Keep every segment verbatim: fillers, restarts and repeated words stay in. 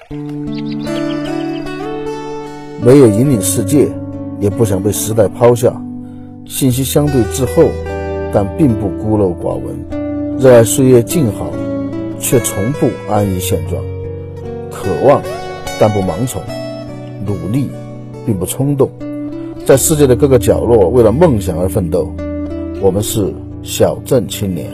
没有引领世界，也不想被时代抛下，信息相对滞后，但并不孤陋寡闻，热爱岁月静好，却从不安于现状，渴望但不盲从，努力并不冲动，在世界的各个角落为了梦想而奋斗。我们是小镇青年。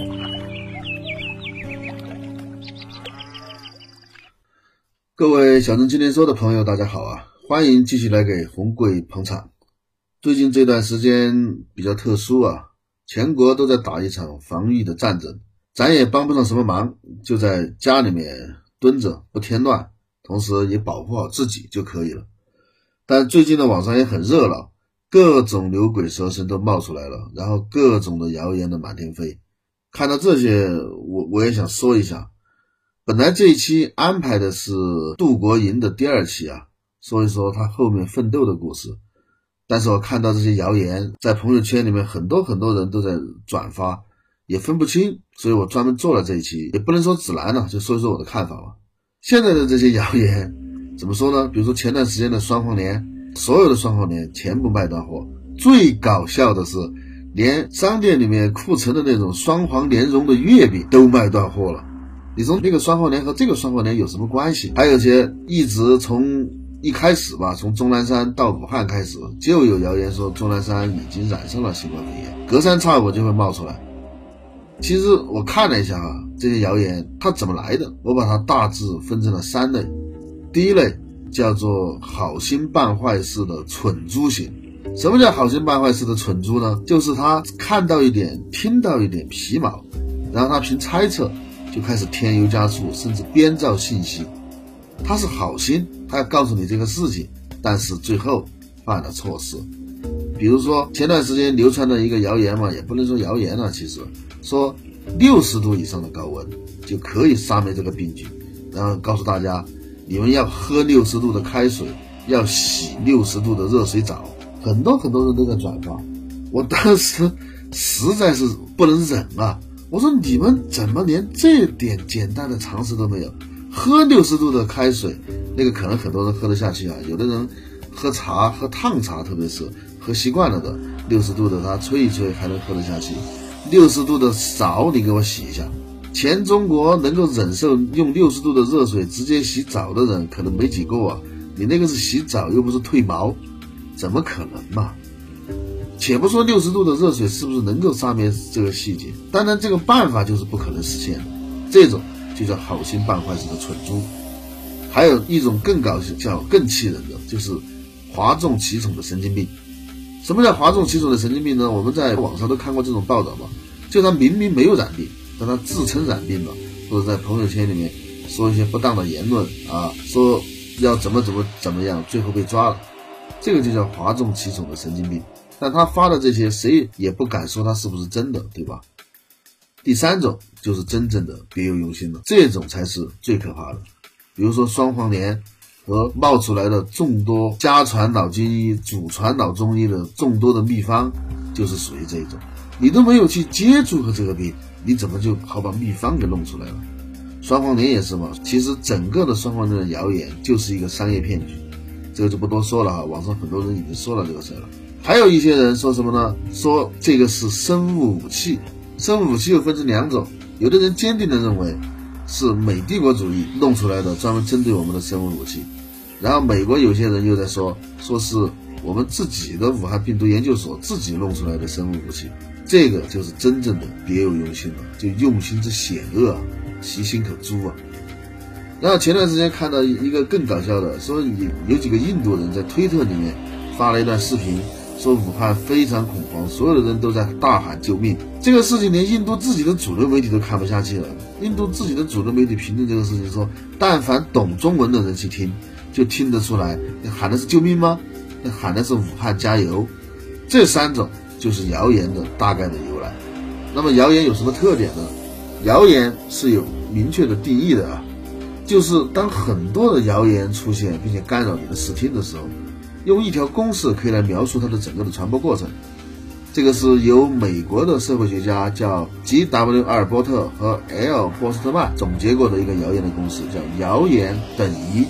各位小镇青年说的朋友大家好啊，欢迎继续来给红贵捧场。最近这段时间比较特殊啊，全国都在打一场防疫的战争，咱也帮不上什么忙，就在家里面蹲着不添乱，同时也保护好自己就可以了。但最近的网上也很热闹，各种牛鬼蛇神都冒出来了，然后各种的谣言的满天飞。看到这些我我也想说一下，本来这一期安排的是杜国营的第二期啊，说一说他后面奋斗的故事，但是我看到这些谣言在朋友圈里面很多很多人都在转发，也分不清，所以我专门做了这一期，也不能说指南了，就说一说我的看法吧。现在的这些谣言怎么说呢？比如说前段时间的双黄连，所有的双黄连全部卖断货，最搞笑的是连商店里面库存的那种双黄莲蓉的月饼都卖断货了。你说那个双黄连和这个双黄连有什么关系？还有些一直从一开始吧，从钟南山到武汉开始，就有谣言说钟南山已经染上了新冠肺炎，隔三差五就会冒出来。其实我看了一下啊，这些谣言它怎么来的，我把它大致分成了三类。第一类叫做好心办坏事的蠢猪型。什么叫好心办坏事的蠢猪呢？就是他看到一点听到一点皮毛，然后他凭猜测就开始添油加醋，甚至编造信息。他是好心，他要告诉你这个事情，但是最后犯了错事。比如说前段时间流传的一个谣言嘛，也不能说谣言了，其实说六十度以上的高温就可以杀灭这个病菌，然后告诉大家你们要喝六十度的开水，要洗六十度的热水澡。很多很多人都在转发，我当时实在是不能忍啊！我说你们怎么连这点简单的常识都没有？喝六十度的开水，那个可能很多人喝得下去啊，有的人喝茶喝烫茶，特别是喝习惯了的，六十度的他吹一吹还能喝得下去。六十度的澡你给我洗一下，全中国能够忍受用六十度的热水直接洗澡的人可能没几个啊！你那个是洗澡又不是褪毛，怎么可能嘛？且不说六十度的热水是不是能够杀灭这个细菌，当然这个办法就是不可能实现的，这种就叫好心办坏事的蠢猪。还有一种更搞笑更气人的，就是哗众取宠的神经病。什么叫哗众取宠的神经病呢？我们在网上都看过这种报道嘛，就他明明没有染病，但他自称染病了，或者在朋友圈里面说一些不当的言论啊，说要怎么怎么怎么样，最后被抓了，这个就叫哗众取宠的神经病。但他发的这些谁也不敢说他是不是真的，对吧？第三种就是真正的别有用心了，这种才是最可怕的。比如说双黄连和冒出来的众多家传老军医、祖传老中医的众多的秘方，就是属于这种。你都没有去接触过这个病，你怎么就好把秘方给弄出来了？双黄连也是嘛，其实整个的双黄连的谣言就是一个商业骗局，这个就不多说了哈，网上很多人已经说了这个事了。还有一些人说什么呢？说这个是生物武器。生物武器又分成两种，有的人坚定的认为是美帝国主义弄出来的专门针对我们的生物武器，然后美国有些人又在说说是我们自己的武汉病毒研究所自己弄出来的生物武器，这个就是真正的别有用心了，就用心之险恶啊，其心可诛啊。然后前段时间看到一个更搞笑的，说有几个印度人在推特里面发了一段视频，说武汉非常恐慌，所有的人都在大喊救命。这个事情连印度自己的主流媒体都看不下去了，印度自己的主流媒体评论这个事情说，但凡懂中文的人去听就听得出来，喊的是救命吗？喊的是武汉加油。这三种就是谣言的大概的由来。那么谣言有什么特点呢？谣言是有明确的定义的啊，就是当很多的谣言出现并且干扰你的视听的时候，用一条公式可以来描述它的整个的传播过程。这个是由美国的社会学家叫 G W 阿尔波特和 L 波斯特曼总结过的一个谣言的公式，叫谣言等于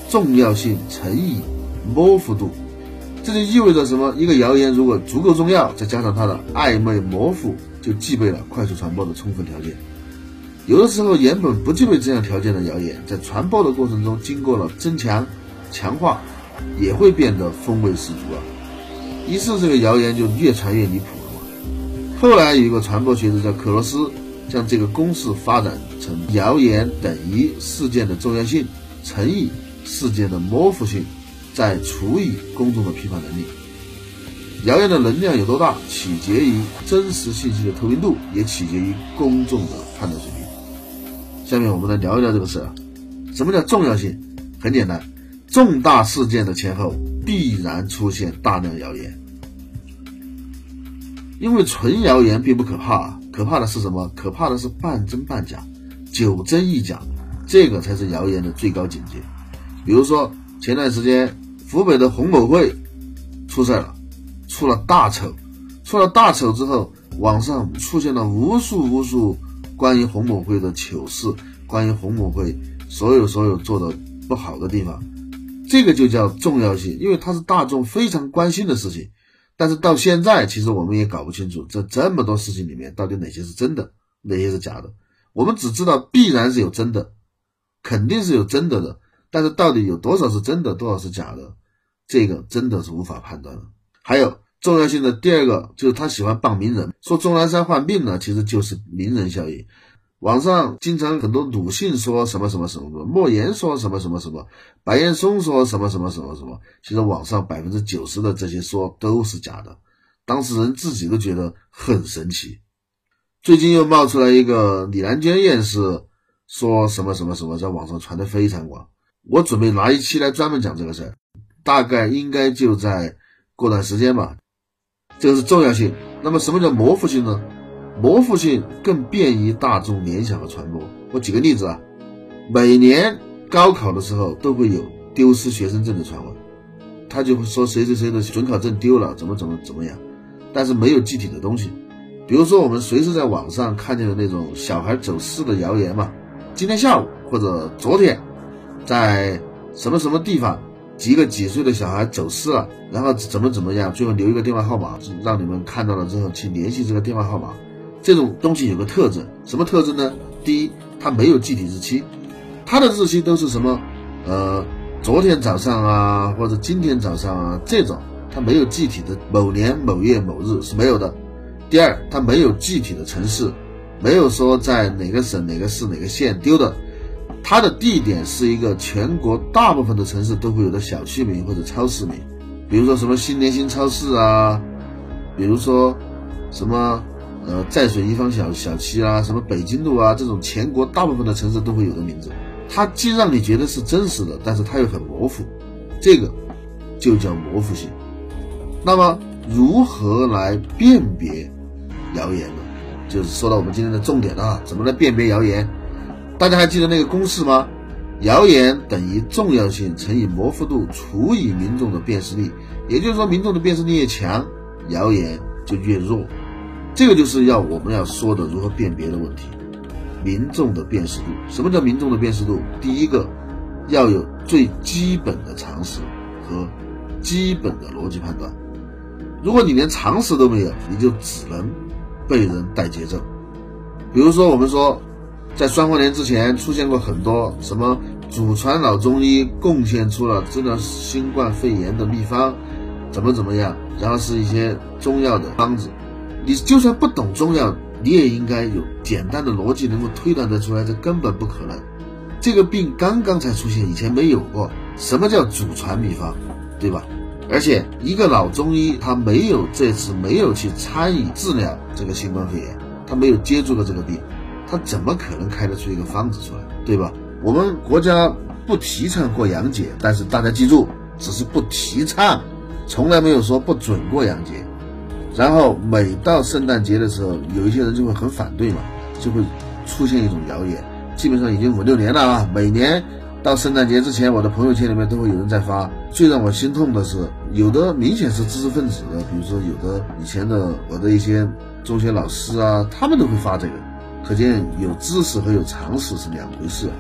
重要性乘以模糊度。这就意味着什么？一个谣言如果足够重要，再加上它的暧昧模糊，就具备了快速传播的充分条件。有的时候原本不具备这样条件的谣言，在传播的过程中经过了增强、强化，也会变得风味十足啊。于是这个谣言就越传越离谱了嘛。后来有一个传播学者叫克罗斯，将这个公式发展成谣言等于事件的重要性乘以事件的模糊性，再除以公众的批判能力。谣言的能量有多大，取决于真实信息的透明度，也取决于公众的判断水平。下面我们来聊一聊这个事啊。什么叫重要性？很简单，重大事件的前后必然出现大量谣言。因为纯谣言并不可怕啊，可怕的是什么？可怕的是半真半假，九真一假，这个才是谣言的最高境界。比如说前段时间湖北的洪某会出事了，出了大丑，出了大丑之后，网上出现了无数无数关于洪某会的糗事，关于洪某会所有所有做的不好的地方，这个就叫重要性，因为它是大众非常关心的事情。但是到现在其实我们也搞不清楚这这么多事情里面到底哪些是真的，哪些是假的。我们只知道必然是有真的，肯定是有真的的，但是到底有多少是真的，多少是假的，这个真的是无法判断的。还有重要性的第二个就是他喜欢傍名人，说钟南山患病呢，其实就是名人效应。网上经常很多鲁迅说什么什么什么，莫言说什么什么什么，白岩松说什么什么什么什么，其实网上 百分之九十 的这些说都是假的，当事人自己都觉得很神奇。最近又冒出来一个李兰娟院士说什么什么什么，在网上传得非常广。我准备拿一期来专门讲这个事儿，大概应该就在过段时间吧。这个是重要性。那么什么叫模糊性呢？模糊性更便于大众联想和传播。我举个例子啊，每年高考的时候都会有丢失学生证的传闻，他就会说谁谁谁的准考证丢了，怎么怎么怎么样，但是没有具体的东西。比如说我们随时在网上看见的那种小孩走失的谣言嘛，今天下午或者昨天在什么什么地方几个几岁的小孩走失了，然后怎么怎么样，最后留一个电话号码，让你们看到了之后去联系这个电话号码。这种东西有个特征，什么特征呢？第一，它没有具体日期，它的日期都是什么呃，昨天早上啊，或者今天早上啊，这种它没有具体的某年某月某日是没有的。第二，它没有具体的城市，没有说在哪个省哪个市哪个县丢的，它的地点是一个全国大部分的城市都会有的小区名或者超市名，比如说什么新联新超市啊，比如说什么呃在水一方小小区啊，什么北京路啊，这种全国大部分的城市都会有的名字。它既让你觉得是真实的，但是它又很模糊，这个就叫模糊性。那么如何来辨别谣言呢？就是说到我们今天的重点了啊，怎么来辨别谣言？大家还记得那个公式吗？谣言等于重要性乘以模糊度除以民众的辨识力，也就是说民众的辨识力越强，谣言就越弱。这个就是要我们要说的如何辨别的问题。民众的辨识度，什么叫民众的辨识度？第一个要有最基本的常识和基本的逻辑判断。如果你连常识都没有，你就只能被人带节奏。比如说我们说在双黄连之前出现过很多什么祖传老中医贡献出了治疗新冠肺炎的秘方，怎么怎么样，然后是一些中药的方子。你就算不懂中药，你也应该有简单的逻辑能够推断得出来，这根本不可能。这个病刚刚才出现，以前没有过。什么叫祖传秘方，对吧？而且一个老中医他没有这次没有去参与治疗这个新冠肺炎，他没有接触过这个病，他怎么可能开得出一个方子出来，对吧？我们国家不提倡过洋节，但是大家记住，只是不提倡，从来没有说不准过洋节。然后每到圣诞节的时候，有一些人就会很反对嘛，就会出现一种谣言，基本上已经五六年了啊，每年到圣诞节之前，我的朋友圈里面都会有人在发。最让我心痛的是，有的明显是知识分子的，比如说有的以前的我的一些中学老师啊，他们都会发这个，可见有知识和有常识是两回事啊。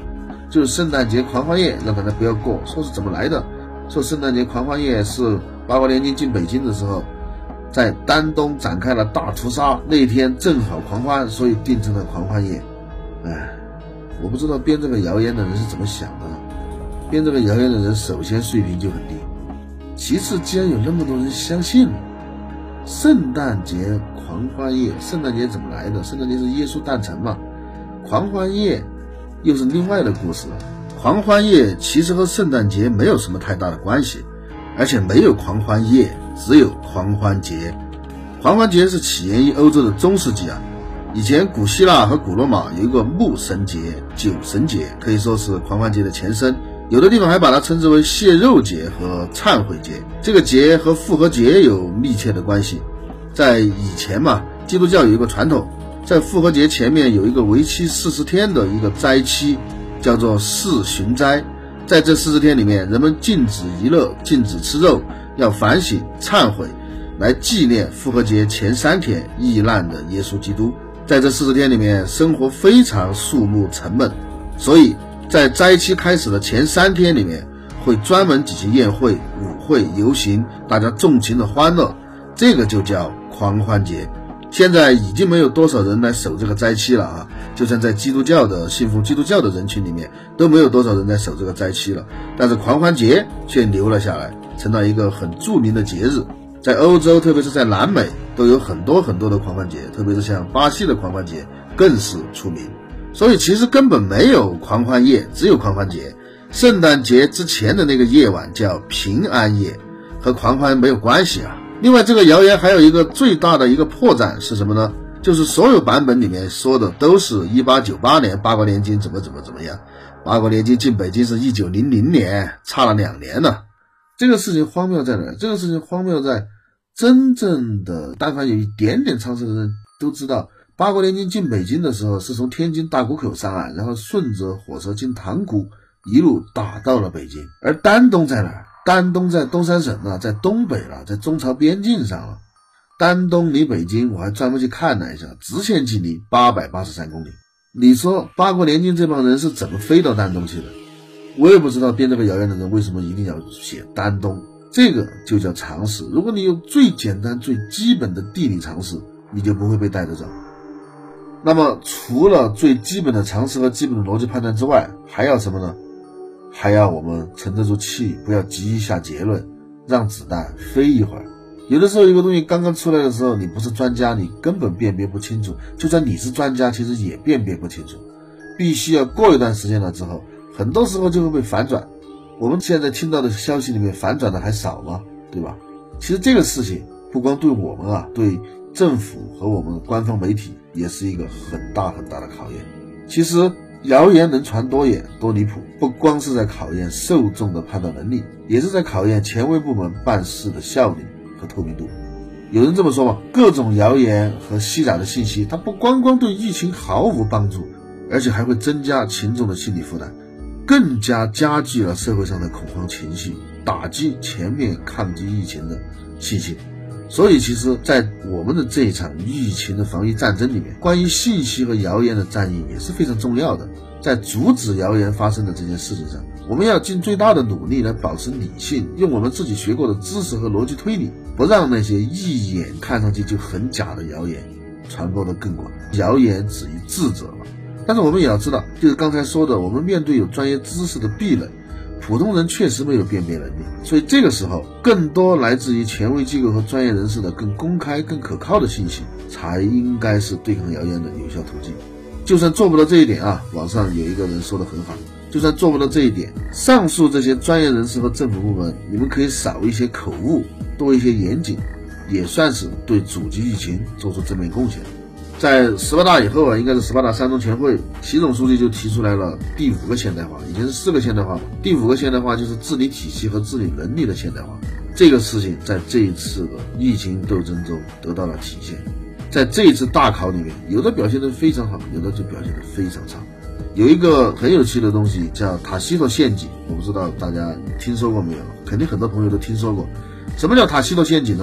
就是圣诞节狂欢夜让大家不要过，说是怎么来的，说圣诞节狂欢夜是八国联军进北京的时候在丹东展开了大屠杀，那天正好狂欢，所以定成了狂欢夜。哎，我不知道编这个谣言的人是怎么想的，编这个谣言的人首先水平就很低，其次既然有那么多人相信了，圣诞节狂欢夜，圣诞节怎么来的？圣诞节是耶稣诞辰嘛，狂欢夜又是另外的故事了。狂欢夜其实和圣诞节没有什么太大的关系，而且没有狂欢夜，只有狂欢节。狂欢节是起源于欧洲的中世纪啊，以前古希腊和古罗马有一个牧神节、酒神节，可以说是狂欢节的前身，有的地方还把它称之为血肉节和忏悔节。这个节和复活节有密切的关系。在以前嘛，基督教有一个传统，在复活节前面有一个为期四十天的一个斋期，叫做四旬斋。在这四十天里面，人们禁止娱乐，禁止吃肉，要反省忏悔，来纪念复活节前三天遇难的耶稣基督。在这四十天里面，生活非常肃穆沉闷，所以在斋期开始的前三天里面，会专门举行宴会、舞会、游行，大家纵情的欢乐，这个就叫狂欢节。现在已经没有多少人来守这个斋期了啊，就算在基督教的信奉基督教的人群里面，都没有多少人来守这个斋期了。但是狂欢节却留了下来，成了一个很著名的节日。在欧洲，特别是在南美，都有很多很多的狂欢节，特别是像巴西的狂欢节更是出名。所以其实根本没有狂欢夜，只有狂欢节。圣诞节之前的那个夜晚叫平安夜，和狂欢没有关系啊。另外，这个谣言还有一个最大的一个破绽是什么呢？就是所有版本里面说的都是一八九八年八国联军怎么怎么怎么样，八国联军进北京是一九零零年，差了两年呢。这个事情荒谬在哪？这个事情荒谬在真正的但凡有一点点常识的人都知道，八国联军进北京的时候是从天津大沽口上岸，然后顺着火车经塘沽一路打到了北京。而丹东在哪儿？丹东在东三省啊，在东北了，在中朝边境上了。丹东离北京我还专门去看了一下，直线距离八百八十三公里。你说八国联军这帮人是怎么飞到丹东去的？我也不知道编这个谣言的人为什么一定要写丹东，这个就叫常识。如果你有最简单最基本的地理常识，你就不会被带着走。那么除了最基本的常识和基本的逻辑判断之外，还要什么呢？还要我们沉得住气，不要急于下结论，让子弹飞一会儿。有的时候一个东西刚刚出来的时候，你不是专家，你根本辨别不清楚，就算你是专家，其实也辨别不清楚，必须要过一段时间了之后，很多时候就会被反转。我们现在听到的消息里面反转的还少吗？对吧？其实这个事情不光对我们啊，对政府和我们官方媒体也是一个很大很大的考验。其实谣言能传多远多离谱，不光是在考验受众的判断能力，也是在考验权威部门办事的效率和透明度。有人这么说嘛，各种谣言和虚假的信息，它不光光对疫情毫无帮助，而且还会增加群众的心理负担，更加加剧了社会上的恐慌情绪，打击全面抗击疫情的信心。所以其实在我们的这一场疫情的防疫战争里面，关于信息和谣言的战役也是非常重要的。在阻止谣言发生的这件事情上，我们要尽最大的努力来保持理性，用我们自己学过的知识和逻辑推理，不让那些一眼看上去就很假的谣言传播得更广。谣言止于智者嘛。但是我们也要知道，就是刚才说的，我们面对有专业知识的壁垒，普通人确实没有辨别能力，所以这个时候更多来自于权威机构和专业人士的更公开更可靠的信息，才应该是对抗谣言的有效途径。就算做不到这一点啊，网上有一个人说得很好，就算做不到这一点，上述这些专业人士和政府部门，你们可以少一些口误，多一些严谨，也算是对阻击疫情做出正面贡献。在十八大以后啊，应该是十八大三中全会，习总书记就提出来了第五个现代化，以前是四个现代化嘛，第五个现代化就是治理体系和治理能力的现代化。这个事情在这一次的疫情斗争中得到了体现。在这一次大考里面，有的表现得非常好，有的就表现得非常差。有一个很有趣的东西叫塔西佗陷阱，我不知道大家听说过没有，肯定很多朋友都听说过。什么叫塔西佗陷阱呢？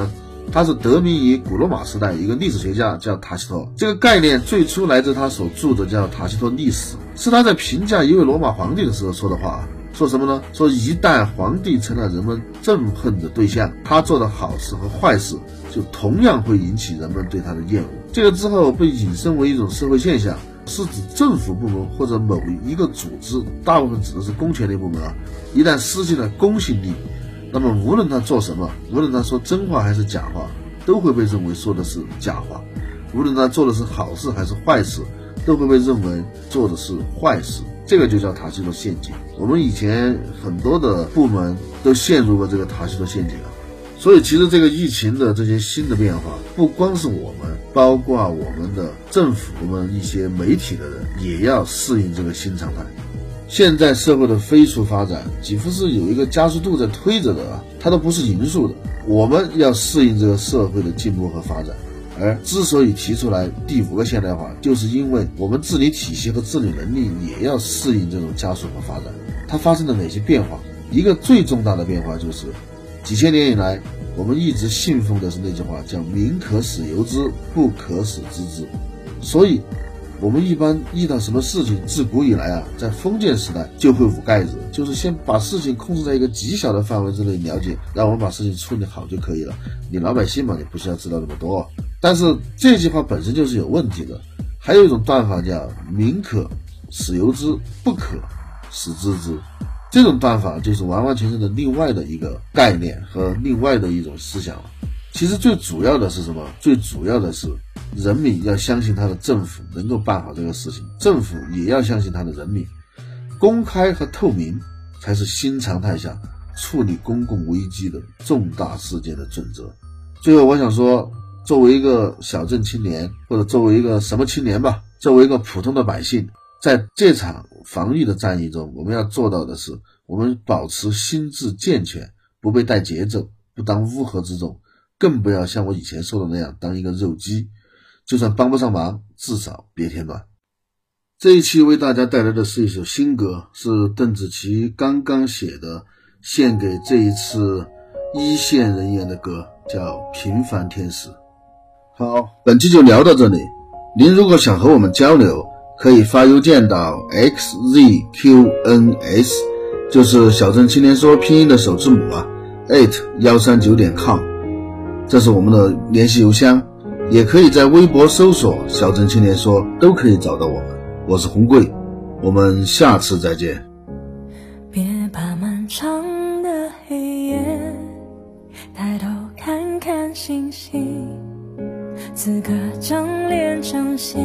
它是得名于古罗马时代一个历史学家叫塔西佗。这个概念最初来自他所著的叫《塔西佗历史》，是他在评价一位罗马皇帝的时候说的话。说什么呢？说一旦皇帝成了人们憎恨的对象，他做的好事和坏事就同样会引起人们对他的厌恶。这个之后被引申为一种社会现象，是指政府部门或者某一个组织，大部分指的是公权力部门啊，一旦失去了公信力，那么无论他做什么，无论他说真话还是假话，都会被认为说的是假话；无论他做的是好事还是坏事，都会被认为做的是坏事。这个就叫塔西佗陷阱。我们以前很多的部门都陷入过这个塔西佗陷阱啊。所以其实这个疫情的这些新的变化，不光是我们，包括我们的政府、我们一些媒体的人也要适应这个新常态。现在社会的飞速发展几乎是有一个加速度在推着的啊，它都不是匀速的。我们要适应这个社会的进步和发展。而之所以提出来第五个现代化，就是因为我们治理体系和治理能力也要适应这种加速和发展。它发生了哪些变化？一个最重大的变化就是几千年以来我们一直信奉的是那句话，叫民可使由之，不可使知之。所以我们一般遇到什么事情，自古以来啊，在封建时代就会捂盖子，就是先把事情控制在一个极小的范围之内了解，让我们把事情处理好就可以了。你老百姓嘛，你不需要知道那么多。但是这句话本身就是有问题的。还有一种断法叫民可使由之，不可使知之。这种断法就是完完全全的另外的一个概念和另外的一种思想了。其实最主要的是什么？最主要的是人民要相信他的政府能够办好这个事情，政府也要相信他的人民。公开和透明才是新常态下处理公共危机的重大事件的准则。最后我想说，作为一个小镇青年，或者作为一个什么青年吧，作为一个普通的百姓，在这场防疫的战役中，我们要做到的是，我们保持心智健全，不被带节奏，不当乌合之众，更不要像我以前说的那样当一个肉鸡，就算帮不上忙，至少别添乱。这一期为大家带来的是一首新歌，是邓紫棋刚刚写的，献给这一次一线人员的歌，叫《平凡天使》。好，本期就聊到这里。您如果想和我们交流，可以发邮件到 x z q n s， 就是小镇青年说拼音的首字母啊 at 一三九点 com， 这是我们的联系邮箱。也可以在微博搜索小镇青年说，都可以找到我们。我是红贵，我们下次再见。 别怕漫长的黑夜，抬头看看星星，此刻将脸彰显。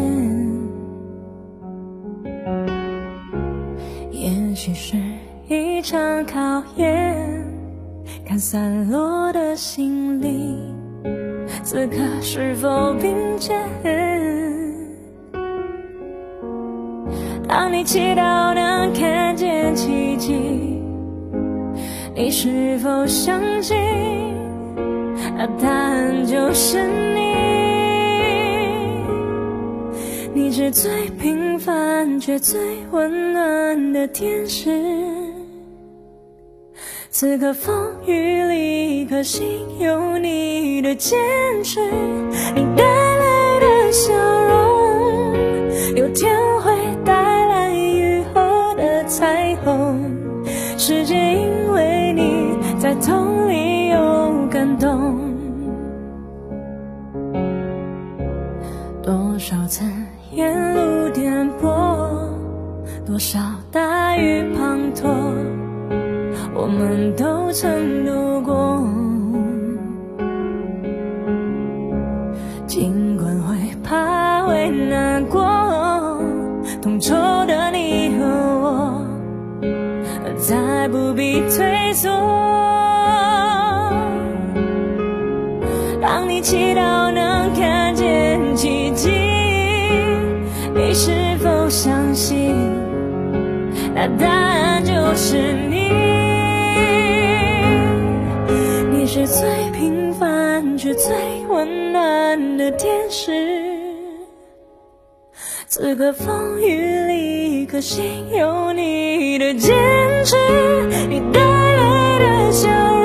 也许是一场考验，看散落的心灵，此刻是否并肩？当你祈祷能看见奇迹，你是否相信那答案就是你？你是最平凡却最温暖的天使，此刻风雨里可心有你的坚持，你带来的笑容有天会带来雨后的彩虹，世界因为你在痛里有感动。多少次沿路颠簸，多少大雨滂沱，我们都曾度过。尽管会怕会难过，同仇的你和我再不必退缩。当你祈祷能看见奇迹，你是否相信那答案就是你？你是最平凡却最温暖的天使，此刻风雨里可心有你的坚持，你带来的笑容